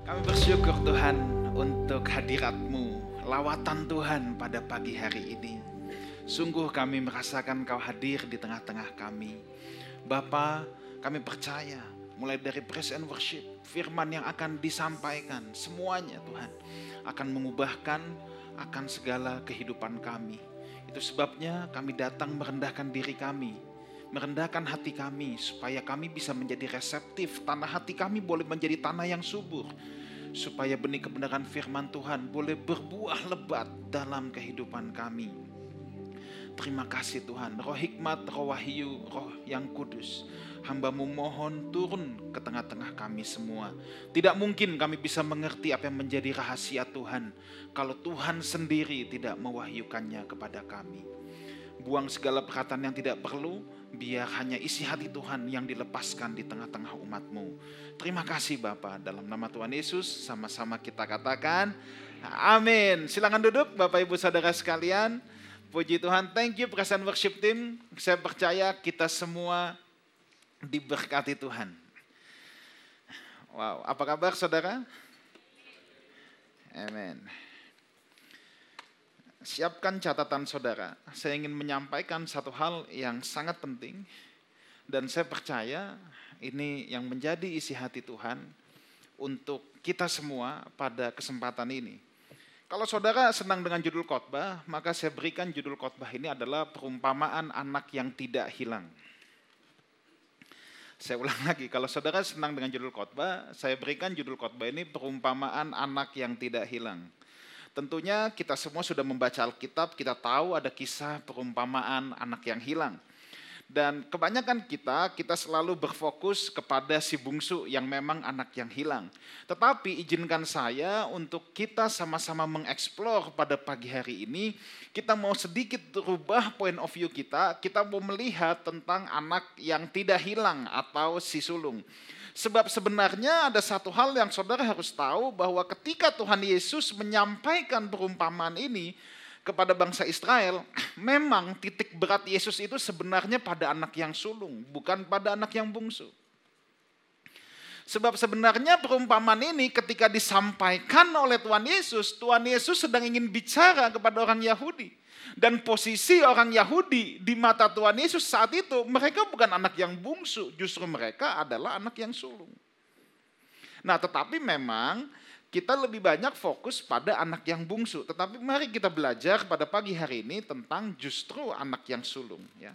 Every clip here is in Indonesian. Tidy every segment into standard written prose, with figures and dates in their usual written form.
Kami bersyukur Tuhan untuk hadirat-Mu, lawatan Tuhan pada pagi hari ini. Sungguh kami merasakan Kau hadir di tengah-tengah kami. Bapa, kami percaya mulai dari praise and worship, firman yang akan disampaikan, semuanya Tuhan akan mengubahkan akan segala kehidupan kami. Itu sebabnya kami datang merendahkan diri kami, merendahkan hati kami supaya kami bisa menjadi reseptif. Tanah hati kami boleh menjadi tanah yang subur, supaya benih kebenaran firman Tuhan boleh berbuah lebat dalam kehidupan kami. Terima kasih Tuhan, roh hikmat, roh wahyu, roh yang kudus, hamba-Mu mohon turun ke tengah-tengah kami semua. Tidak mungkin kami bisa mengerti apa yang menjadi rahasia Tuhan kalau Tuhan sendiri tidak mewahyukannya kepada kami. Buang segala perkataan yang tidak perlu, biar hanya isi hati Tuhan yang dilepaskan di tengah-tengah umat-Mu. Terima kasih Bapa, dalam nama Tuhan Yesus sama-sama kita katakan amin. Silakan duduk Bapak Ibu Saudara sekalian. Puji Tuhan, thank you praise and worship team. Saya percaya kita semua diberkati Tuhan. Wow, apa kabar saudara? Amin. Siapkan catatan saudara. Saya ingin menyampaikan satu hal yang sangat penting. Dan saya percaya ini yang menjadi isi hati Tuhan untuk kita semua pada kesempatan ini. Kalau saudara senang dengan judul khotbah, maka saya berikan judul khotbah ini adalah perumpamaan anak yang tidak hilang. Saya ulang lagi, kalau saudara senang dengan judul khotbah, saya berikan judul khotbah ini perumpamaan anak yang tidak hilang. Tentunya kita semua sudah membaca Alkitab, kita tahu ada kisah perumpamaan anak yang hilang. Dan kebanyakan kita selalu berfokus kepada si bungsu yang memang anak yang hilang. Tetapi izinkan saya untuk kita sama-sama mengeksplor pada pagi hari ini. Kita mau sedikit rubah point of view kita mau melihat tentang anak yang tidak hilang atau si sulung. Sebab sebenarnya ada satu hal yang saudara harus tahu, bahwa ketika Tuhan Yesus menyampaikan perumpamaan ini kepada bangsa Israel, memang titik berat Yesus itu sebenarnya pada anak yang sulung, bukan pada anak yang bungsu. Sebab sebenarnya perumpamaan ini ketika disampaikan oleh Tuhan Yesus sedang ingin bicara kepada orang Yahudi. Dan posisi orang Yahudi di mata Tuhan Yesus saat itu, mereka bukan anak yang bungsu, justru mereka adalah anak yang sulung. Nah, tetapi memang kita lebih banyak fokus pada anak yang bungsu. Tetapi mari kita belajar pada pagi hari ini tentang justru anak yang sulung. Ya.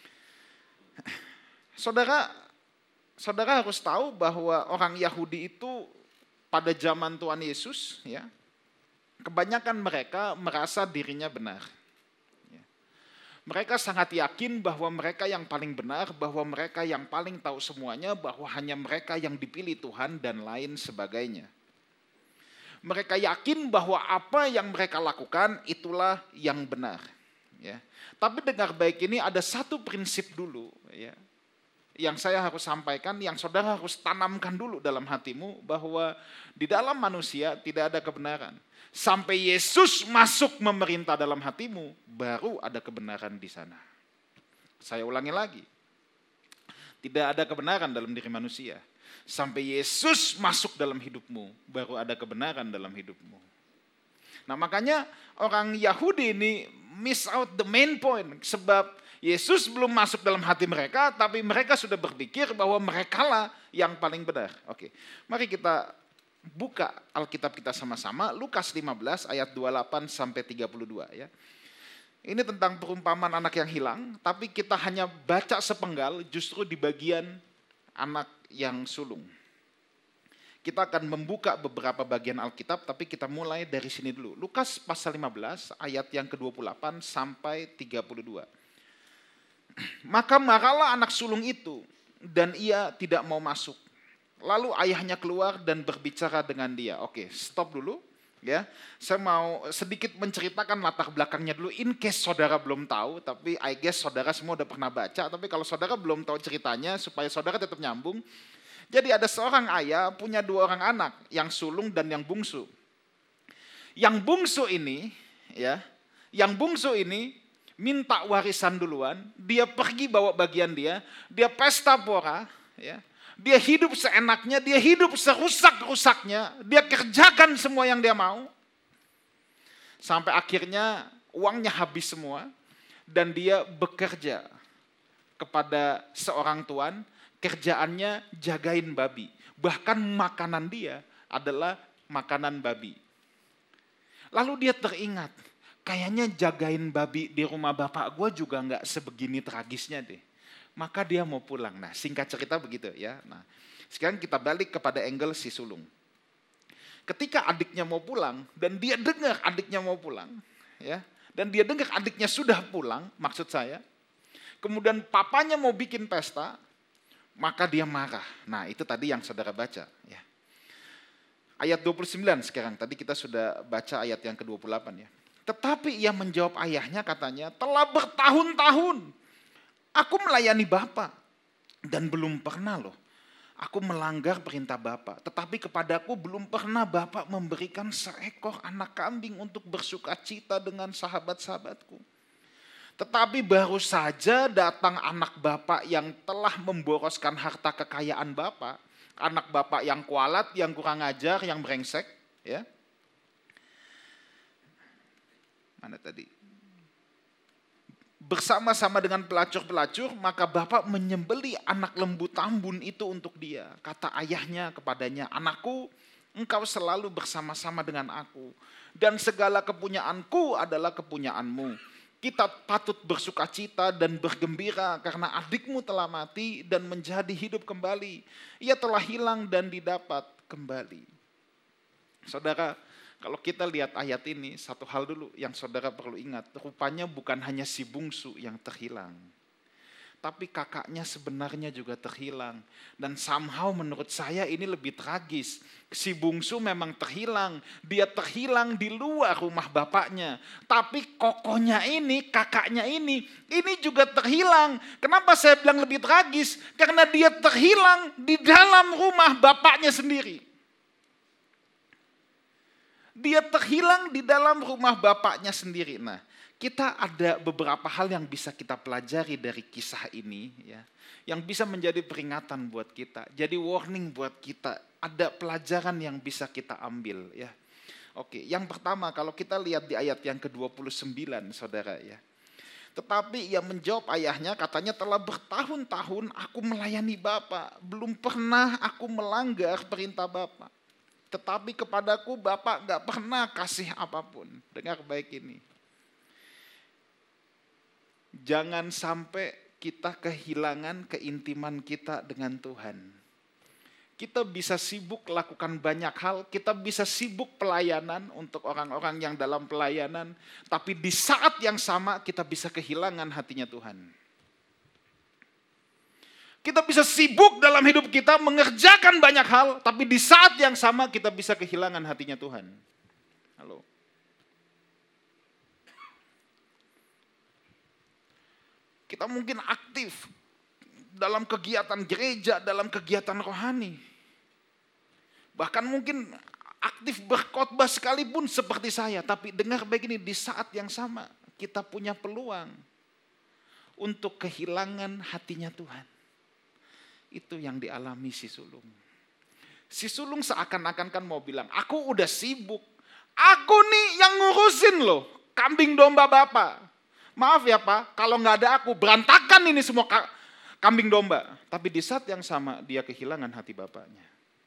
Saudara harus tahu bahwa orang Yahudi itu pada zaman Tuhan Yesus, ya, kebanyakan mereka merasa dirinya benar. Ya. Mereka sangat yakin bahwa mereka yang paling benar, bahwa mereka yang paling tahu semuanya, bahwa hanya mereka yang dipilih Tuhan dan lain sebagainya. Mereka yakin bahwa apa yang mereka lakukan itulah yang benar. Ya. Tapi dengar baik, ini ada satu prinsip dulu, ya, yang saya harus sampaikan, yang saudara harus tanamkan dulu dalam hatimu, bahwa di dalam manusia tidak ada kebenaran. Sampai Yesus masuk memerintah dalam hatimu, baru ada kebenaran di sana. Saya ulangi lagi, tidak ada kebenaran dalam diri manusia. Sampai Yesus masuk dalam hidupmu, baru ada kebenaran dalam hidupmu. Nah, makanya orang Yahudi ini miss out the main point. Sebab Yesus belum masuk dalam hati mereka, tapi mereka sudah berpikir bahwa merekalah yang paling benar. Oke, mari kita buka Alkitab kita sama-sama. Lukas 15 ayat 28 sampai 32 ya. Ini tentang perumpamaan anak yang hilang, tapi kita hanya baca sepenggal justru di bagian anak yang sulung. Kita akan membuka beberapa bagian Alkitab, tapi kita mulai dari sini dulu. Lukas pasal 15 ayat yang ke-28 sampai 32. Maka marahlah anak sulung itu, dan ia tidak mau masuk. Lalu ayahnya keluar dan berbicara dengan dia. Oke, stop dulu. Ya, saya mau sedikit menceritakan latar belakangnya dulu, in case saudara belum tahu, tapi I guess saudara semua udah pernah baca, tapi kalau saudara belum tahu ceritanya, supaya saudara tetap nyambung. Jadi ada seorang ayah punya dua orang anak, yang sulung dan yang bungsu. Yang bungsu ini minta warisan duluan, dia pergi bawa bagian dia pesta pora, ya. Dia hidup seenaknya, dia hidup serusak-rusaknya, dia kerjakan semua yang dia mau. Sampai akhirnya uangnya habis semua dan dia bekerja kepada seorang tuan, kerjaannya jagain babi. Bahkan makanan dia adalah makanan babi. Lalu dia teringat, kayaknya jagain babi di rumah bapak gue juga nggak sebegini tragisnya deh. Maka dia mau pulang. Nah, singkat cerita begitu ya. Nah, sekarang kita balik kepada angle si sulung. Ketika adiknya mau pulang dan dia dengar adiknya mau pulang, ya, dan dia dengar adiknya sudah pulang, maksud saya, kemudian papanya mau bikin pesta, maka dia marah. Nah, itu tadi yang saudara baca, ya. Ayat 29 sekarang, tadi kita sudah baca ayat yang ke-28 ya. Tetapi ia menjawab ayahnya, katanya, telah bertahun-tahun aku melayani Bapa dan belum pernah loh aku melanggar perintah Bapa. Tetapi kepadaku belum pernah Bapa memberikan seekor anak kambing untuk bersukacita dengan sahabat-sahabatku. Tetapi baru saja datang anak Bapa yang telah memboroskan harta kekayaan Bapa. Anak Bapa yang kualat, yang kurang ajar, yang brengsek. Ya. Mana tadi? Bersama-sama dengan pelacur-pelacur, maka Bapak menyembeli anak lembu tambun itu untuk dia. Kata ayahnya kepadanya, anakku, engkau selalu bersama-sama dengan aku. Dan segala kepunyaanku adalah kepunyaanmu. Kita patut bersukacita dan bergembira karena adikmu telah mati dan menjadi hidup kembali. Ia telah hilang dan didapat kembali. Saudara, kalau kita lihat ayat ini, satu hal dulu yang saudara perlu ingat, rupanya bukan hanya si bungsu yang terhilang, tapi kakaknya sebenarnya juga terhilang. Dan somehow menurut saya ini lebih tragis. Si bungsu memang terhilang, dia terhilang di luar rumah bapaknya. Tapi kokonya ini, kakaknya ini juga terhilang. Kenapa saya bilang lebih tragis? Karena dia terhilang di dalam rumah bapaknya sendiri. Dia terhilang di dalam rumah bapaknya sendiri. Nah, kita ada beberapa hal yang bisa kita pelajari dari kisah ini, ya, yang bisa menjadi peringatan buat kita. Jadi warning buat kita. Ada pelajaran yang bisa kita ambil, ya. Oke, yang pertama kalau kita lihat di ayat yang ke-29, saudara, ya. Tetapi ia menjawab ayahnya, katanya telah bertahun-tahun aku melayani Bapa, belum pernah aku melanggar perintah Bapa. Tetapi kepadaku Bapak gak pernah kasih apapun. Dengar baik ini. Jangan sampai kita kehilangan keintiman kita dengan Tuhan. Kita bisa sibuk lakukan banyak hal. Kita bisa sibuk pelayanan untuk orang-orang yang dalam pelayanan. Tapi di saat yang sama kita bisa kehilangan hatinya Tuhan. Kita bisa sibuk dalam hidup kita mengerjakan banyak hal, tapi di saat yang sama kita bisa kehilangan hatinya Tuhan. Halo. Kita mungkin aktif dalam kegiatan gereja, dalam kegiatan rohani. Bahkan mungkin aktif berkhotbah sekalipun seperti saya, tapi dengar baik ini, di saat yang sama kita punya peluang untuk kehilangan hatinya Tuhan. Itu yang dialami si sulung. Si sulung seakan-akan kan mau bilang, aku udah sibuk. Aku nih yang ngurusin loh kambing domba Bapak. Maaf ya Pak, kalau gak ada aku berantakan ini semua kambing domba. Tapi di saat yang sama dia kehilangan hati bapaknya.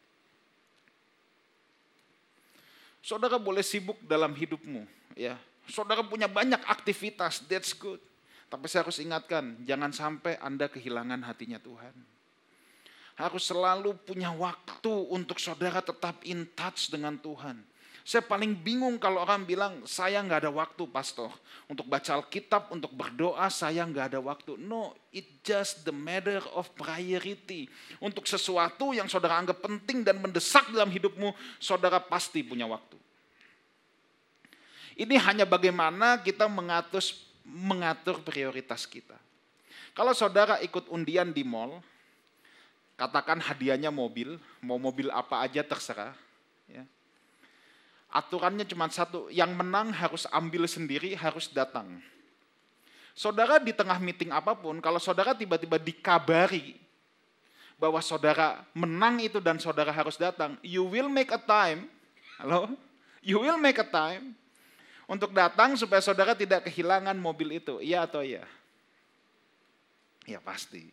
Saudara boleh sibuk dalam hidupmu, ya. Saudara punya banyak aktivitas, that's good. Tapi saya harus ingatkan, jangan sampai Anda kehilangan hatinya Tuhan. Harus selalu punya waktu untuk saudara tetap in touch dengan Tuhan. Saya paling bingung kalau orang bilang, saya gak ada waktu pastor. Untuk baca Alkitab, untuk berdoa, saya gak ada waktu. No, it's just the matter of priority. Untuk sesuatu yang saudara anggap penting dan mendesak dalam hidupmu, saudara pasti punya waktu. Ini hanya bagaimana kita mengatur prioritas kita. Kalau saudara ikut undian di mall, katakan hadiahnya mobil, mau mobil apa aja terserah. Ya. Aturannya cuma satu, yang menang harus ambil sendiri, harus datang. Saudara di tengah meeting apapun, kalau saudara tiba-tiba dikabari bahwa saudara menang itu dan saudara harus datang, you will make a time, you will make a time untuk datang supaya saudara tidak kehilangan mobil itu. Iya atau iya? Ya pasti.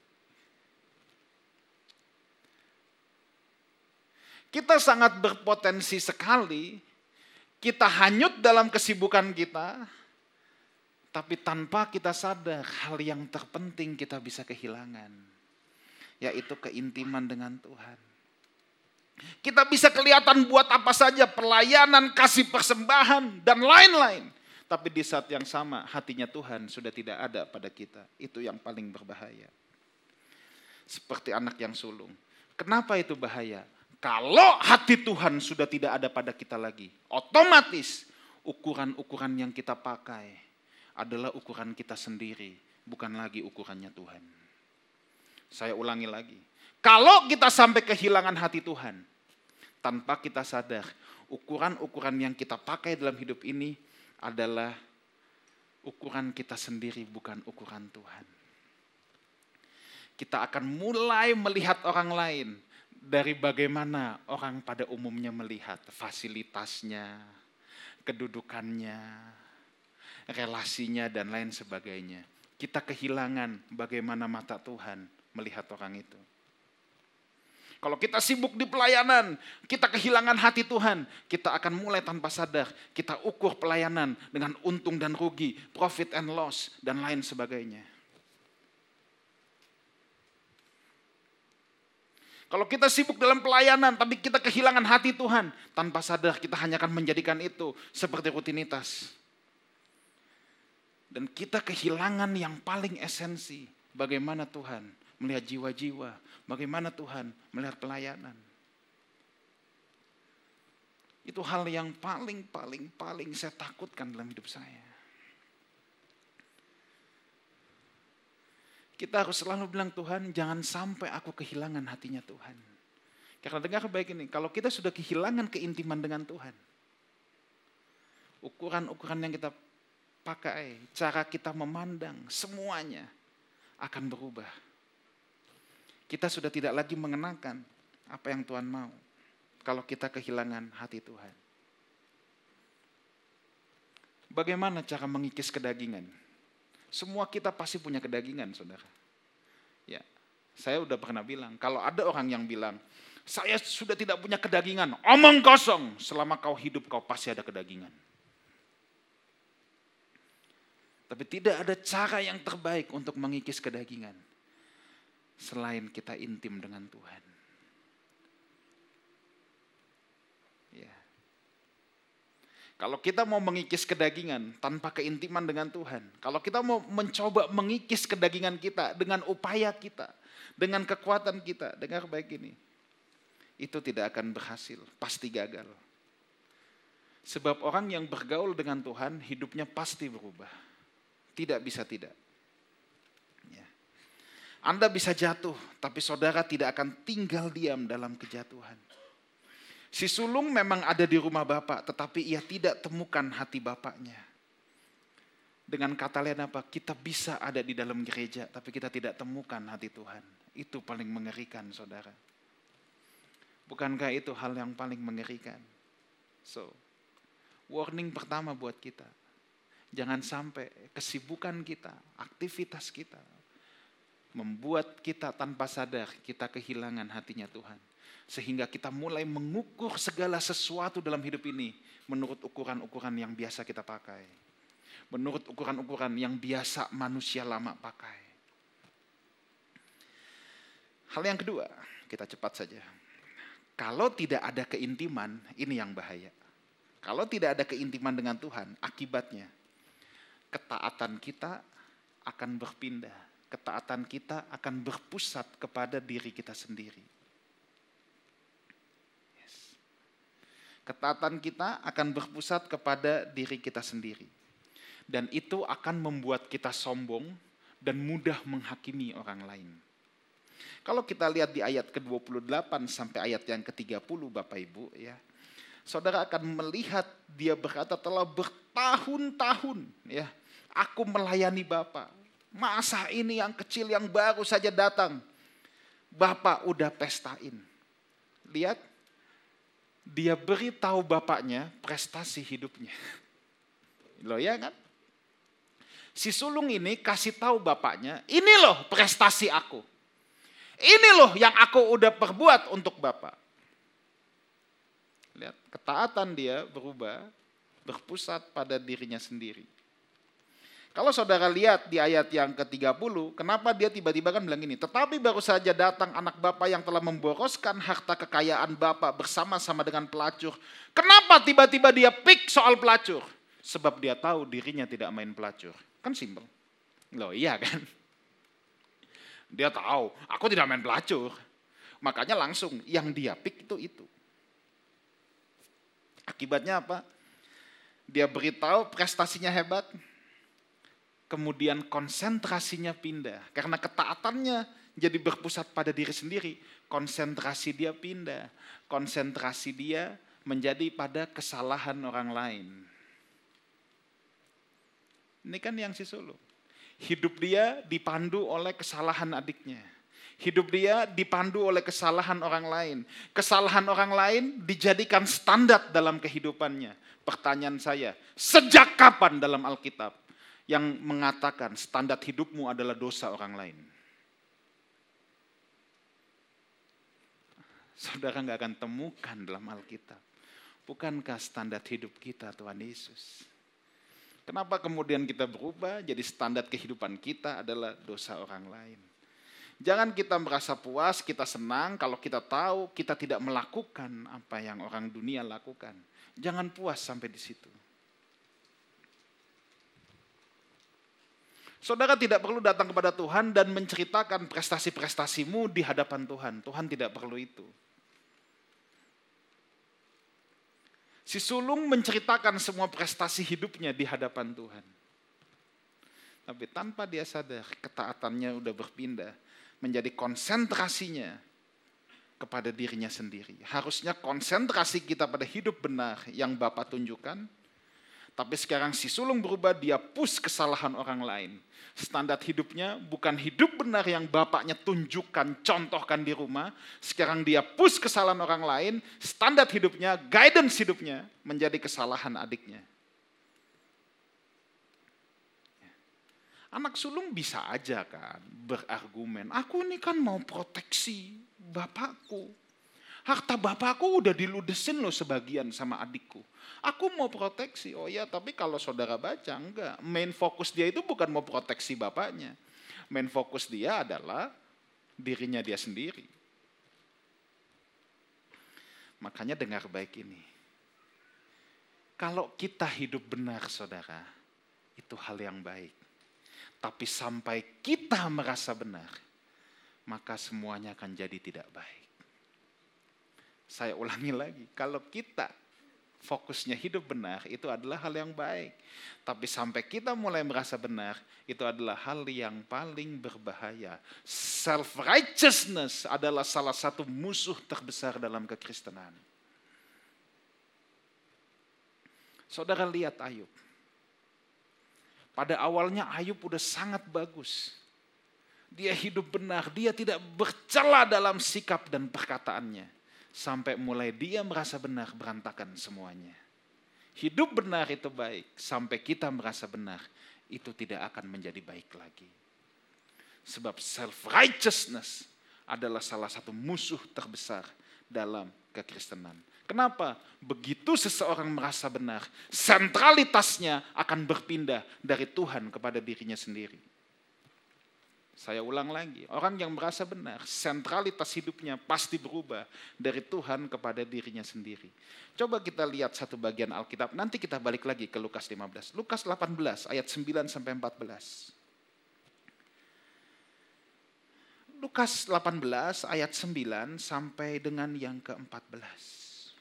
Kita sangat berpotensi sekali, kita hanyut dalam kesibukan kita, tapi tanpa kita sadar hal yang terpenting kita bisa kehilangan, yaitu keintiman dengan Tuhan. Kita bisa kelihatan buat apa saja, pelayanan, kasih persembahan, dan lain-lain. Tapi di saat yang sama hatinya Tuhan sudah tidak ada pada kita. Itu yang paling berbahaya. Seperti anak yang sulung. Kenapa itu bahaya? Kalau hati Tuhan sudah tidak ada pada kita lagi, otomatis ukuran-ukuran yang kita pakai adalah ukuran kita sendiri, bukan lagi ukurannya Tuhan. Saya ulangi lagi. Kalau kita sampai kehilangan hati Tuhan, tanpa kita sadar, ukuran-ukuran yang kita pakai dalam hidup ini adalah ukuran kita sendiri, bukan ukuran Tuhan. Kita akan mulai melihat orang lain dari bagaimana orang pada umumnya melihat fasilitasnya, kedudukannya, relasinya, dan lain sebagainya. Kita kehilangan bagaimana mata Tuhan melihat orang itu. Kalau kita sibuk di pelayanan, kita kehilangan hati Tuhan, kita akan mulai tanpa sadar, kita ukur pelayanan dengan untung dan rugi, profit and loss, dan lain sebagainya. Kalau kita sibuk dalam pelayanan, tapi kita kehilangan hati Tuhan, tanpa sadar kita hanya akan menjadikan itu seperti rutinitas. Dan kita kehilangan yang paling esensi, bagaimana Tuhan melihat jiwa-jiwa, bagaimana Tuhan melihat pelayanan. Itu hal yang paling saya takutkan dalam hidup saya. Kita harus selalu bilang, Tuhan jangan sampai aku kehilangan hatinya Tuhan. Karena dengar baik ini, kalau kita sudah kehilangan keintiman dengan Tuhan, ukuran-ukuran yang kita pakai, cara kita memandang, semuanya akan berubah. Kita sudah tidak lagi mengenakan apa yang Tuhan mau kalau kita kehilangan hati Tuhan. Bagaimana cara mengikis kedagingan? Semua kita pasti punya kedagingan, saudara. Ya, saya udah pernah bilang, kalau ada orang yang bilang, saya sudah tidak punya kedagingan, omong kosong, selama kau hidup kau pasti ada kedagingan. Tapi tidak ada cara yang terbaik untuk mengikis kedagingan selain kita intim dengan Tuhan. Ya. Kalau kita mau mengikis kedagingan tanpa keintiman dengan Tuhan, kalau kita mau mencoba mengikis kedagingan kita dengan upaya kita, dengan kekuatan kita, dengar baik ini, itu tidak akan berhasil, pasti gagal. Sebab orang yang bergaul dengan Tuhan, hidupnya pasti berubah. Tidak bisa tidak. Ya. Anda bisa jatuh, tapi saudara tidak akan tinggal diam dalam kejatuhan. Si sulung memang ada di rumah bapak, tetapi ia tidak temukan hati bapaknya. Dengan kata lain apa? Kita bisa ada di dalam gereja, tapi kita tidak temukan hati Tuhan. Itu paling mengerikan, saudara. Bukankah itu hal yang paling mengerikan? So, warning pertama buat kita. Jangan sampai kesibukan kita, aktivitas kita, membuat kita tanpa sadar kita kehilangan hatinya Tuhan. Sehingga kita mulai mengukur segala sesuatu dalam hidup ini menurut ukuran-ukuran yang biasa kita pakai. Menurut ukuran-ukuran yang biasa manusia lama pakai. Hal yang kedua, kita cepat saja. Kalau tidak ada keintiman, ini yang bahaya. Kalau tidak ada keintiman dengan Tuhan, akibatnya ketaatan kita akan berpindah. Ketaatan kita akan berpusat kepada diri kita sendiri. Ketaatan kita akan berpusat kepada diri kita sendiri. Dan itu akan membuat kita sombong dan mudah menghakimi orang lain. Kalau kita lihat di ayat ke-28 sampai ayat yang ke-30 Bapak Ibu, ya, saudara akan melihat dia berkata telah bertahun-tahun ya, aku melayani Bapa. Masa ini yang kecil yang baru saja datang. Bapak udah pestain. Lihat, dia beritahu bapaknya prestasi hidupnya. Loh ya kan? Si sulung ini kasih tahu bapaknya, ini loh prestasi aku. Ini loh yang aku udah perbuat untuk bapak. Lihat, ketaatan dia berubah, berpusat pada dirinya sendiri. Kalau saudara lihat di ayat yang ke-30, kenapa dia tiba-tiba kan bilang gini, tetapi baru saja datang anak bapak yang telah memboroskan harta kekayaan bapak bersama-sama dengan pelacur. Kenapa tiba-tiba dia pick soal pelacur? Sebab dia tahu dirinya tidak main pelacur. Kan simpel. Loh iya kan? Dia tahu, aku tidak main pelacur. Makanya langsung yang dia pick itu. Akibatnya apa? Dia beritahu prestasinya hebat. Kemudian konsentrasinya pindah. Karena ketaatannya jadi berpusat pada diri sendiri. Konsentrasi dia pindah. Konsentrasi dia menjadi pada kesalahan orang lain. Ini kan yang si sulung. Hidup dia dipandu oleh kesalahan adiknya. Hidup dia dipandu oleh kesalahan orang lain. Kesalahan orang lain dijadikan standar dalam kehidupannya. Pertanyaan saya, sejak kapan dalam Alkitab yang mengatakan standar hidupmu adalah dosa orang lain? Saudara nggak akan temukan dalam Alkitab. Bukankah standar hidup kita Tuhan Yesus? Kenapa kemudian kita berubah jadi standar kehidupan kita adalah dosa orang lain? Jangan kita merasa puas, kita senang kalau kita tahu kita tidak melakukan apa yang orang dunia lakukan. Jangan puas sampai di situ. Saudara tidak perlu datang kepada Tuhan dan menceritakan prestasi-prestasimu di hadapan Tuhan. Tuhan tidak perlu itu. Si sulung menceritakan semua prestasi hidupnya di hadapan Tuhan. Tapi tanpa dia sadar, ketaatannya udah berpindah menjadi konsentrasinya kepada dirinya sendiri. Harusnya konsentrasi kita pada hidup benar yang Bapa tunjukkan. Tapi sekarang si sulung berubah, dia push kesalahan orang lain. Standar hidupnya bukan hidup benar yang bapaknya tunjukkan, contohkan di rumah. Sekarang dia push kesalahan orang lain, standar hidupnya, guidance hidupnya menjadi kesalahan adiknya. Anak sulung bisa aja kan berargumen, aku ini kan mau proteksi bapakku. Harta bapakku udah diludesin loh sebagian sama adikku. Aku mau proteksi. Oh ya, tapi kalau saudara baca, enggak. Main fokus dia itu bukan mau proteksi bapaknya. Main fokus dia adalah dirinya dia sendiri. Makanya dengar baik ini. Kalau kita hidup benar, saudara, itu hal yang baik. Tapi sampai kita merasa benar, maka semuanya akan jadi tidak baik. Saya ulangi lagi, kalau kita fokusnya hidup benar, itu adalah hal yang baik. Tapi sampai kita mulai merasa benar, itu adalah hal yang paling berbahaya. Self-righteousness adalah salah satu musuh terbesar dalam kekristenan. Saudara lihat Ayub. Pada awalnya Ayub udah sangat bagus. Dia hidup benar, dia tidak bercela dalam sikap dan perkataannya. Sampai mulai dia merasa benar, berantakan semuanya. Hidup benar itu baik, sampai kita merasa benar, itu tidak akan menjadi baik lagi. Sebab self-righteousness adalah salah satu musuh terbesar dalam kekristenan. Kenapa? Begitu seseorang merasa benar, sentralitasnya akan berpindah dari Tuhan kepada dirinya sendiri. Saya ulang lagi, orang yang merasa benar, sentralitas hidupnya pasti berubah dari Tuhan kepada dirinya sendiri. Coba kita lihat satu bagian Alkitab, nanti kita balik lagi ke Lukas 15. Lukas 18 ayat 9 sampai 14. Lukas 18 ayat 9 sampai dengan yang ke-14.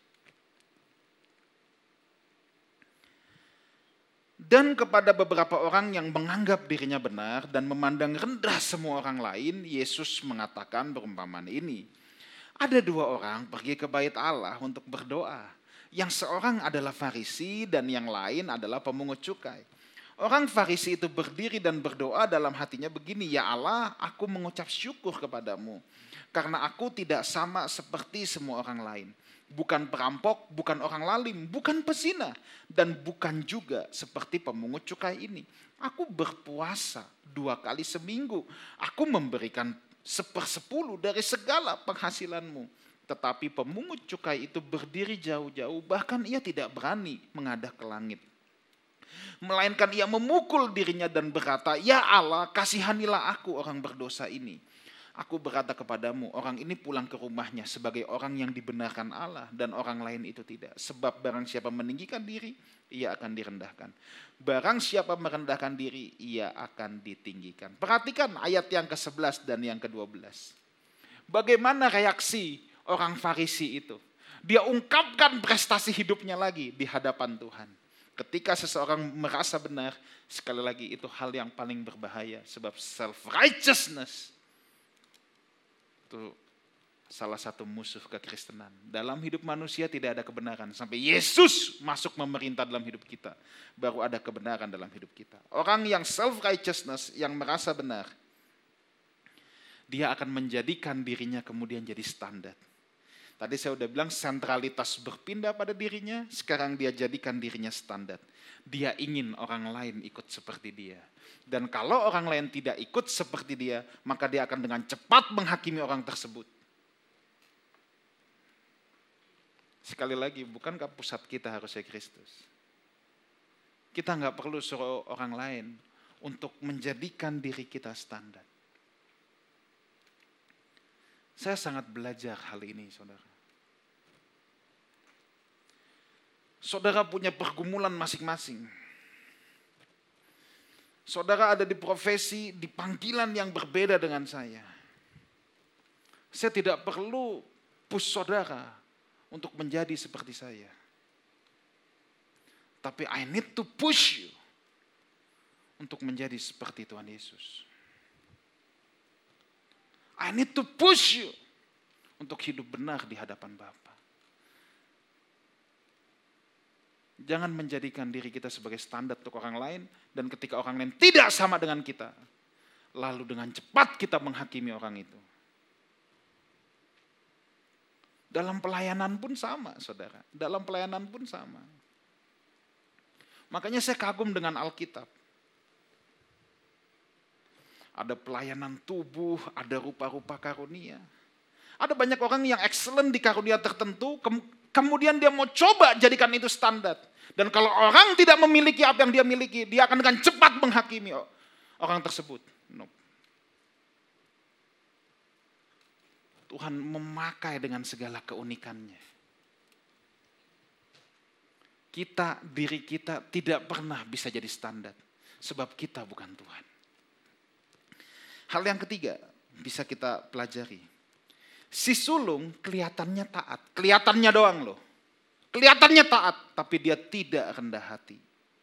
Dan kepada beberapa orang yang menganggap dirinya benar dan memandang rendah semua orang lain, Yesus mengatakan perumpamaan ini. Ada dua orang pergi ke bait Allah untuk berdoa. Yang seorang adalah Farisi dan yang lain adalah pemungut cukai. Orang Farisi itu berdiri dan berdoa dalam hatinya begini, ya Allah, aku mengucap syukur kepadamu. Karena aku tidak sama seperti semua orang lain. Bukan perampok, bukan orang lalim, bukan pezina. Dan bukan juga seperti pemungut cukai ini. Aku berpuasa 2 kali seminggu. Aku memberikan 1/10 dari segala penghasilanmu. Tetapi pemungut cukai itu berdiri jauh-jauh, bahkan ia tidak berani menghadap ke langit. Melainkan ia memukul dirinya dan berkata, ya Allah, kasihanilah aku orang berdosa ini. Aku berkata kepadamu, orang ini pulang ke rumahnya sebagai orang yang dibenarkan Allah dan orang lain itu tidak. Sebab barang siapa meninggikan diri, ia akan direndahkan. Barang siapa merendahkan diri, ia akan ditinggikan. Perhatikan ayat yang ke-11 dan yang ke-12. Bagaimana reaksi orang Farisi itu? Dia ungkapkan prestasi hidupnya lagi di hadapan Tuhan. Ketika seseorang merasa benar, sekali lagi itu hal yang paling berbahaya. Sebab self-righteousness itu salah satu musuh kekristenan. Dalam hidup manusia tidak ada kebenaran. Sampai Yesus masuk memerintah dalam hidup kita, baru ada kebenaran dalam hidup kita. Orang yang self-righteousness, yang merasa benar, dia akan menjadikan dirinya kemudian jadi standar. Tadi saya udah bilang sentralitas berpindah pada dirinya, sekarang dia jadikan dirinya standar. Dia ingin orang lain ikut seperti dia. Dan kalau orang lain tidak ikut seperti dia, maka dia akan dengan cepat menghakimi orang tersebut. Sekali lagi, bukankah pusat kita harusnya Kristus? Kita nggak perlu suruh orang lain untuk menjadikan diri kita standar. Saya sangat belajar hal ini, saudara. Saudara punya pergumulan masing-masing. Saudara ada di profesi, di panggilan yang berbeda dengan saya. Saya tidak perlu push saudara untuk menjadi seperti saya. Tapi I need to push you untuk menjadi seperti Tuhan Yesus. I need to push you untuk hidup benar di hadapan Bapa. Jangan menjadikan diri kita sebagai standar untuk orang lain, dan ketika orang lain tidak sama dengan kita, lalu dengan cepat kita menghakimi orang itu. Dalam pelayanan pun sama, saudara. Dalam pelayanan pun sama. Makanya saya kagum dengan Alkitab. Ada pelayanan tubuh, ada rupa-rupa karunia. Ada banyak orang yang excellent di karunia tertentu, kemudian dia mau coba jadikan itu standar. Dan kalau orang tidak memiliki apa yang dia miliki, dia akan dengan cepat menghakimi orang tersebut. No. Tuhan memakai dengan segala keunikannya. Diri kita tidak pernah bisa jadi standar, sebab kita bukan Tuhan. Hal yang ketiga bisa kita pelajari. Si sulung kelihatannya taat. Kelihatannya doang loh. Kelihatannya taat, tapi dia tidak rendah hati.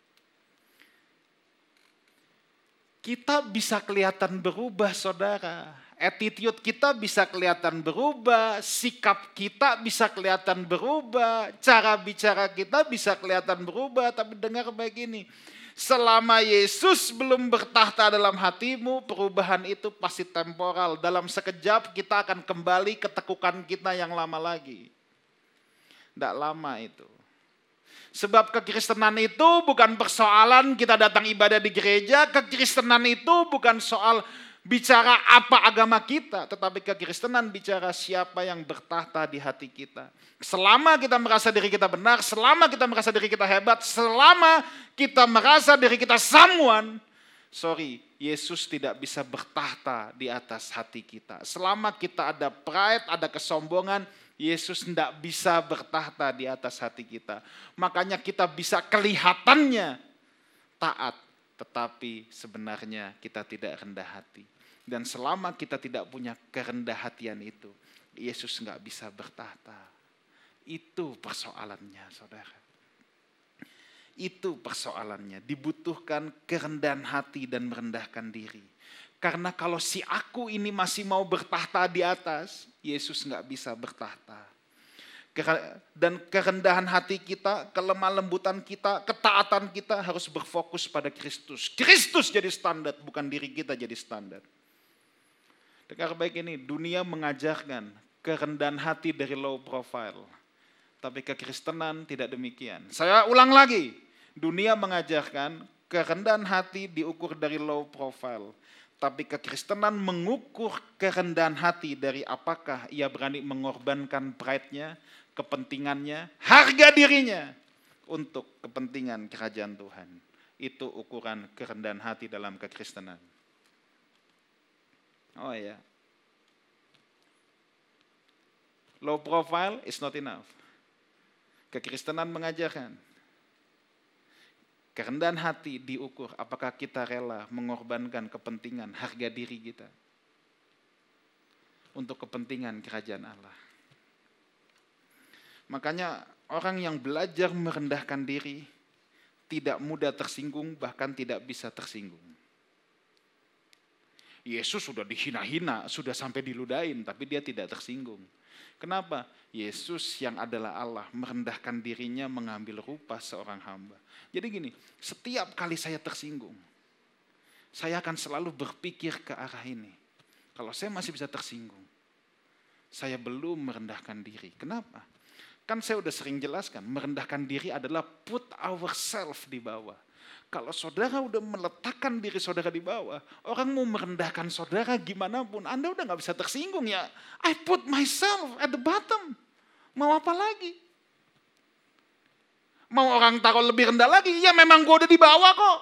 Kita bisa kelihatan berubah, saudara. Attitude kita bisa kelihatan berubah. Sikap kita bisa kelihatan berubah. Cara bicara kita bisa kelihatan berubah. Tapi dengar baik ini. Selama Yesus belum bertahta dalam hatimu, perubahan itu pasti temporal. Dalam sekejap kita akan kembali ke tekukan kita yang lama lagi. Tidak lama itu. Sebab kekristenan itu bukan persoalan kita datang ibadah di gereja. Kekristenan itu bukan soal bicara apa agama kita, tetapi kekristenan bicara siapa yang bertahta di hati kita. Selama kita merasa diri kita benar, selama kita merasa diri kita hebat, selama kita merasa diri kita someone, Yesus tidak bisa bertahta di atas hati kita. Selama kita ada pride, ada kesombongan, Yesus tidak bisa bertahta di atas hati kita. Makanya kita bisa kelihatannya taat, tetapi sebenarnya kita tidak rendah hati. Dan selama kita tidak punya kerendah hatian itu, Yesus nggak bisa bertahta. Itu persoalannya, saudara. Itu persoalannya. Dibutuhkan kerendahan hati dan merendahkan diri. Karena kalau si aku ini masih mau bertahta di atas, Yesus nggak bisa bertahta. Dan kerendahan hati kita, kelemah lembutan kita, ketaatan kita harus berfokus pada Kristus. Kristus jadi standar, bukan diri kita jadi standar. Dengar baik ini, dunia mengajarkan kerendahan hati dari low profile. Tapi kekristenan tidak demikian. Saya ulang lagi, dunia mengajarkan kerendahan hati diukur dari low profile. Tapi kekristenan mengukur kerendahan hati dari apakah ia berani mengorbankan pride-nya, kepentingannya, harga dirinya untuk kepentingan kerajaan Tuhan. Itu ukuran kerendahan hati dalam kekristenan. Oh ya. Low profile is not enough. Kekristenan mengajarkan kerendahan hati diukur apakah kita rela mengorbankan kepentingan harga diri kita untuk kepentingan kerajaan Allah. Makanya orang yang belajar merendahkan diri tidak mudah tersinggung, bahkan tidak bisa tersinggung. Yesus sudah dihina-hina, sudah sampai diludahin, tapi dia tidak tersinggung. Kenapa? Yesus yang adalah Allah merendahkan dirinya mengambil rupa seorang hamba. Jadi gini, setiap kali saya tersinggung, saya akan selalu berpikir ke arah ini. Kalau saya masih bisa tersinggung, saya belum merendahkan diri. Kenapa? Kan saya udah sering jelaskan, merendahkan diri adalah put ourselves di bawah. Kalau saudara udah meletakkan diri saudara di bawah, orang mau merendahkan saudara gimana pun, Anda udah gak bisa tersinggung ya. I put myself at the bottom. Mau apa lagi? Mau orang taruh lebih rendah lagi? Ya memang gue udah di bawah kok.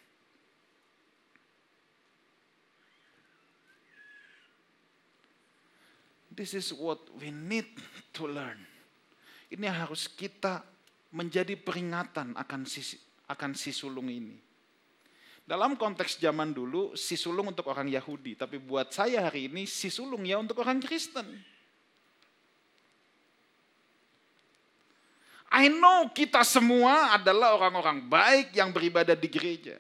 This is what we need to learn. Ini harus kita menjadi peringatan akan si sulung ini. Dalam konteks zaman dulu, si sulung untuk orang Yahudi. Tapi buat saya hari ini, si sulung ya untuk orang Kristen. I know kita semua adalah orang-orang baik yang beribadah di gereja.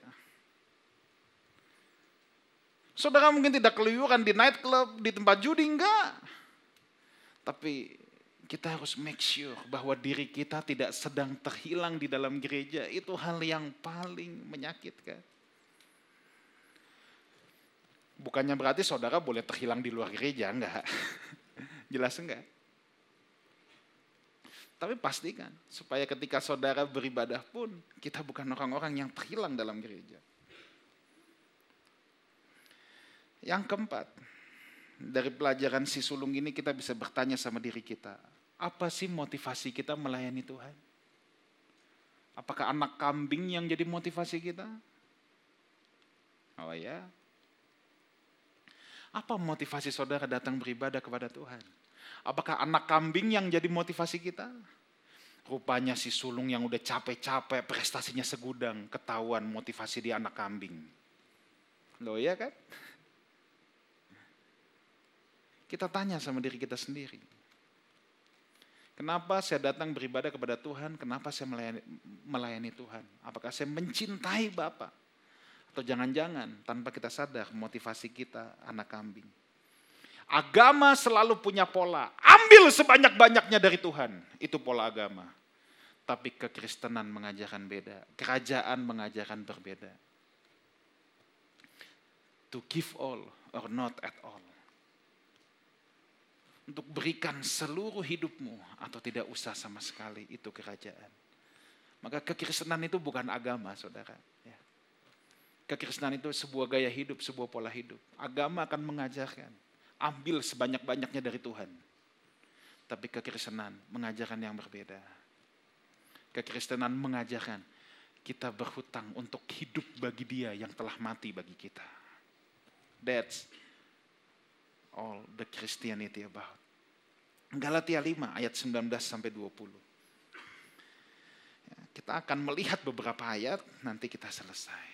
Saudara mungkin tidak keluyuran di nightclub, di tempat judi, enggak. Tapi kita harus make sure bahwa diri kita tidak sedang terhilang di dalam gereja. Itu hal yang paling menyakitkan. Bukannya berarti saudara boleh terhilang di luar gereja, enggak. Jelas enggak. Tapi pastikan supaya ketika saudara beribadah pun kita bukan orang-orang yang terhilang dalam gereja. Yang keempat, dari pelajaran si sulung ini kita bisa bertanya sama diri kita, apa sih motivasi kita melayani Tuhan? Apakah anak kambing yang jadi motivasi kita? Oh ya. Apa motivasi saudara datang beribadah kepada Tuhan? Apakah anak kambing yang jadi motivasi kita? Rupanya si sulung yang udah capek-capek, prestasinya segudang, ketahuan motivasi dia anak kambing. Loh ya kan? Kita tanya sama diri kita sendiri. Kenapa saya datang beribadah kepada Tuhan? Kenapa saya melayani Tuhan? Apakah saya mencintai Bapa? Atau jangan-jangan tanpa kita sadar motivasi kita anak kambing. Agama selalu punya pola. Ambil sebanyak-banyaknya dari Tuhan. Itu pola agama. Tapi kekristenan mengajarkan beda. Kerajaan mengajarkan berbeda. To give all or not at all. Untuk berikan seluruh hidupmu atau tidak usah sama sekali. Itu kerajaan. Maka kekristenan itu bukan agama, saudara. Ya. Kekristenan itu sebuah gaya hidup, sebuah pola hidup. Agama akan mengajarkan. Ambil sebanyak-banyaknya dari Tuhan. Tapi kekristenan mengajarkan yang berbeda. Kekristenan mengajarkan kita berhutang untuk hidup bagi Dia yang telah mati bagi kita. That's all the Christianity about. Galatia 5 ayat 19-20. Kita akan melihat beberapa ayat, nanti kita selesai.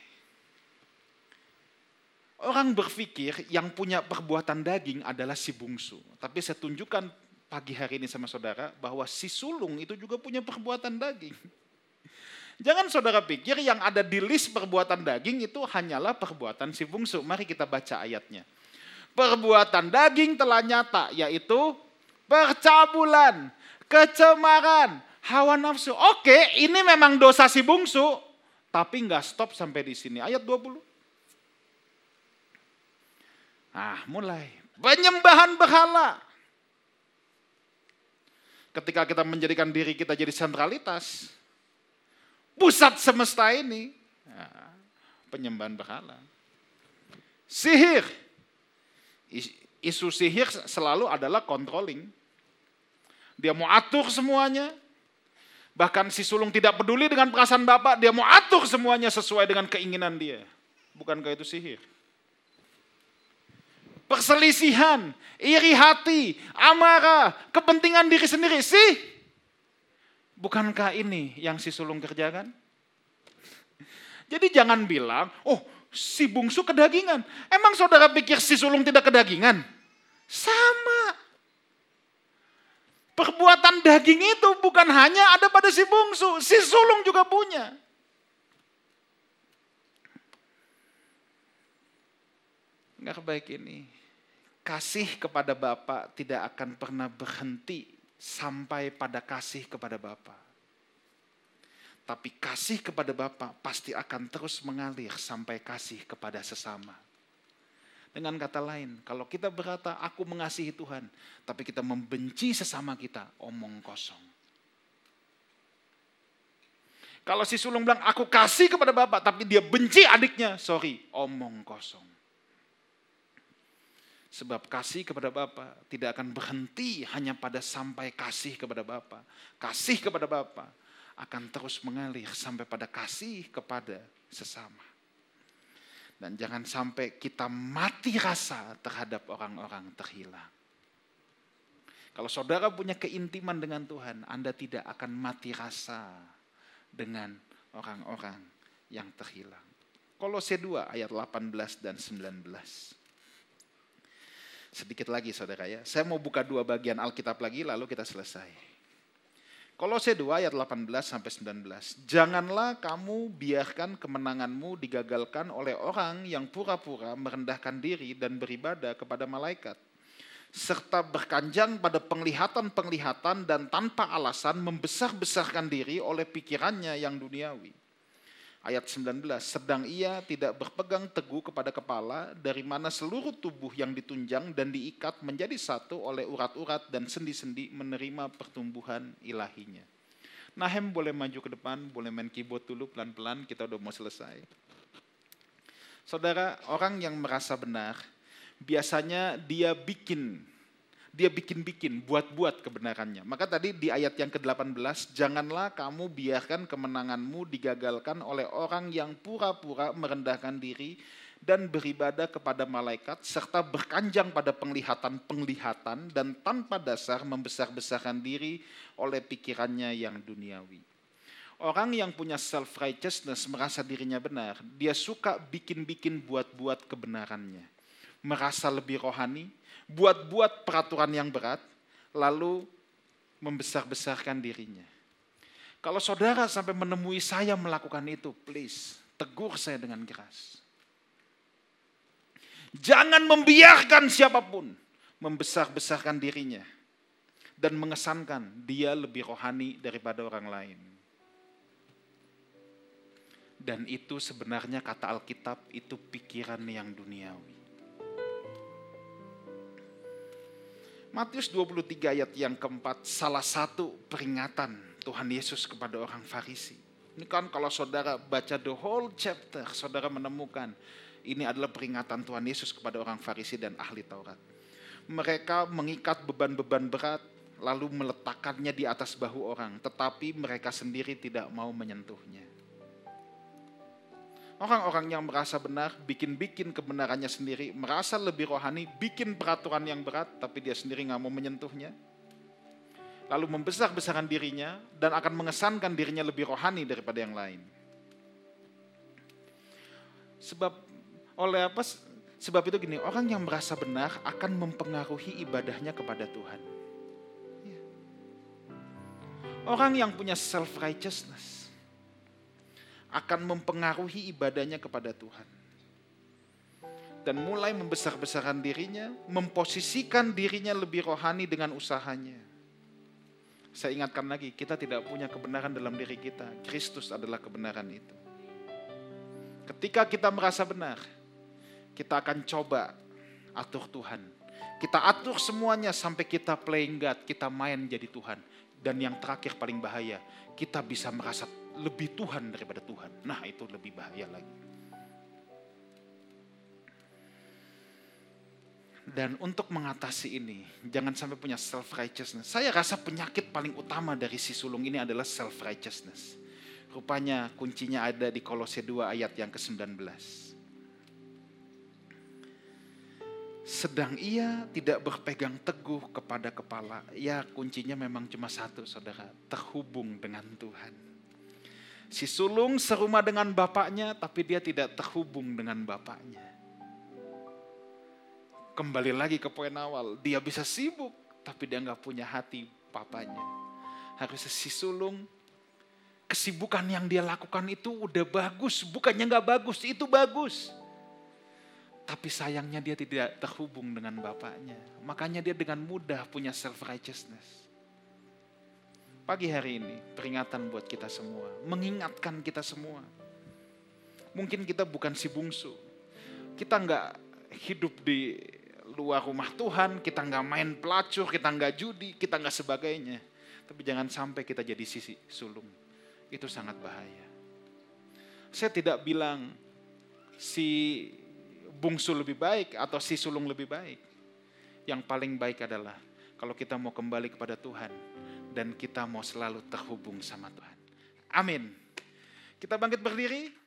Orang berpikir yang punya perbuatan daging adalah si bungsu. Tapi saya tunjukkan pagi hari ini sama saudara bahwa si sulung itu juga punya perbuatan daging. Jangan saudara pikir yang ada di list perbuatan daging itu hanyalah perbuatan si bungsu. Mari kita baca ayatnya. Perbuatan daging telah nyata, yaitu percabulan, kecemaran, hawa nafsu. Oke, ini memang dosa si bungsu, tapi nggak stop sampai di sini. Ayat 20. Mulai. Penyembahan berhala. Ketika kita menjadikan diri kita jadi sentralitas, pusat semesta ini, penyembahan berhala. Sihir. Isu sihir selalu adalah controlling. Dia mau atur semuanya. Bahkan si sulung tidak peduli dengan perasaan bapak, dia mau atur semuanya sesuai dengan keinginan dia. Bukankah itu sihir? Perselisihan, iri hati, amarah, kepentingan diri sendiri. Bukankah ini yang si sulung kerjakan? Jadi jangan bilang, si bungsu kedagingan. Emang saudara pikir si sulung tidak kedagingan? Sama. Perbuatan daging itu bukan hanya ada pada si bungsu, si sulung juga punya. Enggak baik ini. Kasih kepada Bapa tidak akan pernah berhenti sampai pada kasih kepada Bapa. Tapi kasih kepada Bapa pasti akan terus mengalir sampai kasih kepada sesama. Dengan kata lain, kalau kita berkata, aku mengasihi Tuhan, tapi kita membenci sesama kita, omong kosong. Kalau si sulung bilang, aku kasih kepada Bapak, tapi dia benci adiknya, omong kosong. Sebab kasih kepada Bapa tidak akan berhenti hanya pada sampai kasih kepada Bapa. Kasih kepada Bapa akan terus mengalir sampai pada kasih kepada sesama. Dan jangan sampai kita mati rasa terhadap orang-orang terhilang. Kalau saudara punya keintiman dengan Tuhan, Anda tidak akan mati rasa dengan orang-orang yang terhilang. Kolose 2 ayat 18 dan 19. Sedikit lagi saudara ya. Saya mau buka 2 bagian Alkitab lagi lalu kita selesai. Kolose 2 ayat 18 sampai 19. Janganlah kamu biarkan kemenanganmu digagalkan oleh orang yang pura-pura merendahkan diri dan beribadah kepada malaikat. Serta berkanjang pada penglihatan-penglihatan dan tanpa alasan membesar-besarkan diri oleh pikirannya yang duniawi. Ayat 19, sedang ia tidak berpegang teguh kepada kepala, dari mana seluruh tubuh yang ditunjang dan diikat menjadi satu oleh urat-urat dan sendi-sendi menerima pertumbuhan ilahinya. Nahem boleh maju ke depan, boleh main keyboard dulu pelan-pelan, kita udah mau selesai. Saudara, orang yang merasa benar, biasanya dia bikin, buat-buat kebenarannya. Maka tadi di ayat yang ke-18, janganlah kamu biarkan kemenanganmu digagalkan oleh orang yang pura-pura merendahkan diri dan beribadah kepada malaikat, serta berkanjang pada penglihatan-penglihatan dan tanpa dasar membesar-besarkan diri oleh pikirannya yang duniawi. Orang yang punya self-righteousness, merasa dirinya benar, dia suka bikin-bikin buat-buat kebenarannya. Merasa lebih rohani, buat-buat peraturan yang berat, lalu membesar-besarkan dirinya. Kalau saudara sampai menemui saya melakukan itu, please, tegur saya dengan keras. Jangan membiarkan siapapun membesar-besarkan dirinya dan mengesankan dia lebih rohani daripada orang lain. Dan itu sebenarnya kata Alkitab, itu pikiran yang duniawi. Matius 23 ayat yang keempat, salah satu peringatan Tuhan Yesus kepada orang Farisi. Ini kan kalau saudara baca the whole chapter, saudara menemukan ini adalah peringatan Tuhan Yesus kepada orang Farisi dan ahli Taurat. Mereka mengikat beban-beban berat, lalu meletakkannya di atas bahu orang, tetapi mereka sendiri tidak mau menyentuhnya. Orang-orang yang merasa benar, bikin-bikin kebenarannya sendiri, merasa lebih rohani, bikin peraturan yang berat, tapi dia sendiri gak mau menyentuhnya. Lalu membesar-besarkan dirinya, dan akan mengesankan dirinya lebih rohani daripada yang lain. Sebab itu gini, orang yang merasa benar akan mempengaruhi ibadahnya kepada Tuhan. Orang yang punya self-righteousness akan mempengaruhi ibadahnya kepada Tuhan. Dan mulai membesar-besarkan dirinya, memposisikan dirinya lebih rohani dengan usahanya. Saya ingatkan lagi, kita tidak punya kebenaran dalam diri kita. Kristus adalah kebenaran itu. Ketika kita merasa benar, kita akan coba atur Tuhan. Kita atur semuanya sampai kita playing God, kita main jadi Tuhan. Dan yang terakhir paling bahaya, kita bisa merasa lebih Tuhan daripada Tuhan. Nah, itu lebih bahaya lagi. Dan untuk mengatasi ini, jangan sampai punya self-righteousness. Saya rasa penyakit paling utama dari si sulung ini adalah self-righteousness. Rupanya kuncinya ada di Kolose 2 ayat yang ke-19. Sedang ia tidak berpegang teguh kepada kepala. Ya, kuncinya memang cuma satu, saudara. Terhubung dengan Tuhan. Si sulung serumah dengan bapaknya, tapi dia tidak terhubung dengan bapaknya. Kembali lagi ke poin awal, dia bisa sibuk, tapi dia nggak punya hati papanya. Harusnya si sulung, kesibukan yang dia lakukan itu udah bagus, bukannya nggak bagus, itu bagus. Tapi sayangnya dia tidak terhubung dengan bapaknya. Makanya dia dengan mudah punya self-righteousness. Pagi hari ini, peringatan buat kita semua, mengingatkan kita semua. Mungkin kita bukan si bungsu, kita nggak hidup di luar rumah Tuhan, kita nggak main pelacur, kita nggak judi, kita nggak sebagainya. Tapi jangan sampai kita jadi sisi sulung. Itu sangat bahaya. Saya tidak bilang si bungsu lebih baik atau si sulung lebih baik. Yang paling baik adalah kalau kita mau kembali kepada Tuhan dan kita mau selalu terhubung sama Tuhan. Amin. Kita bangkit berdiri.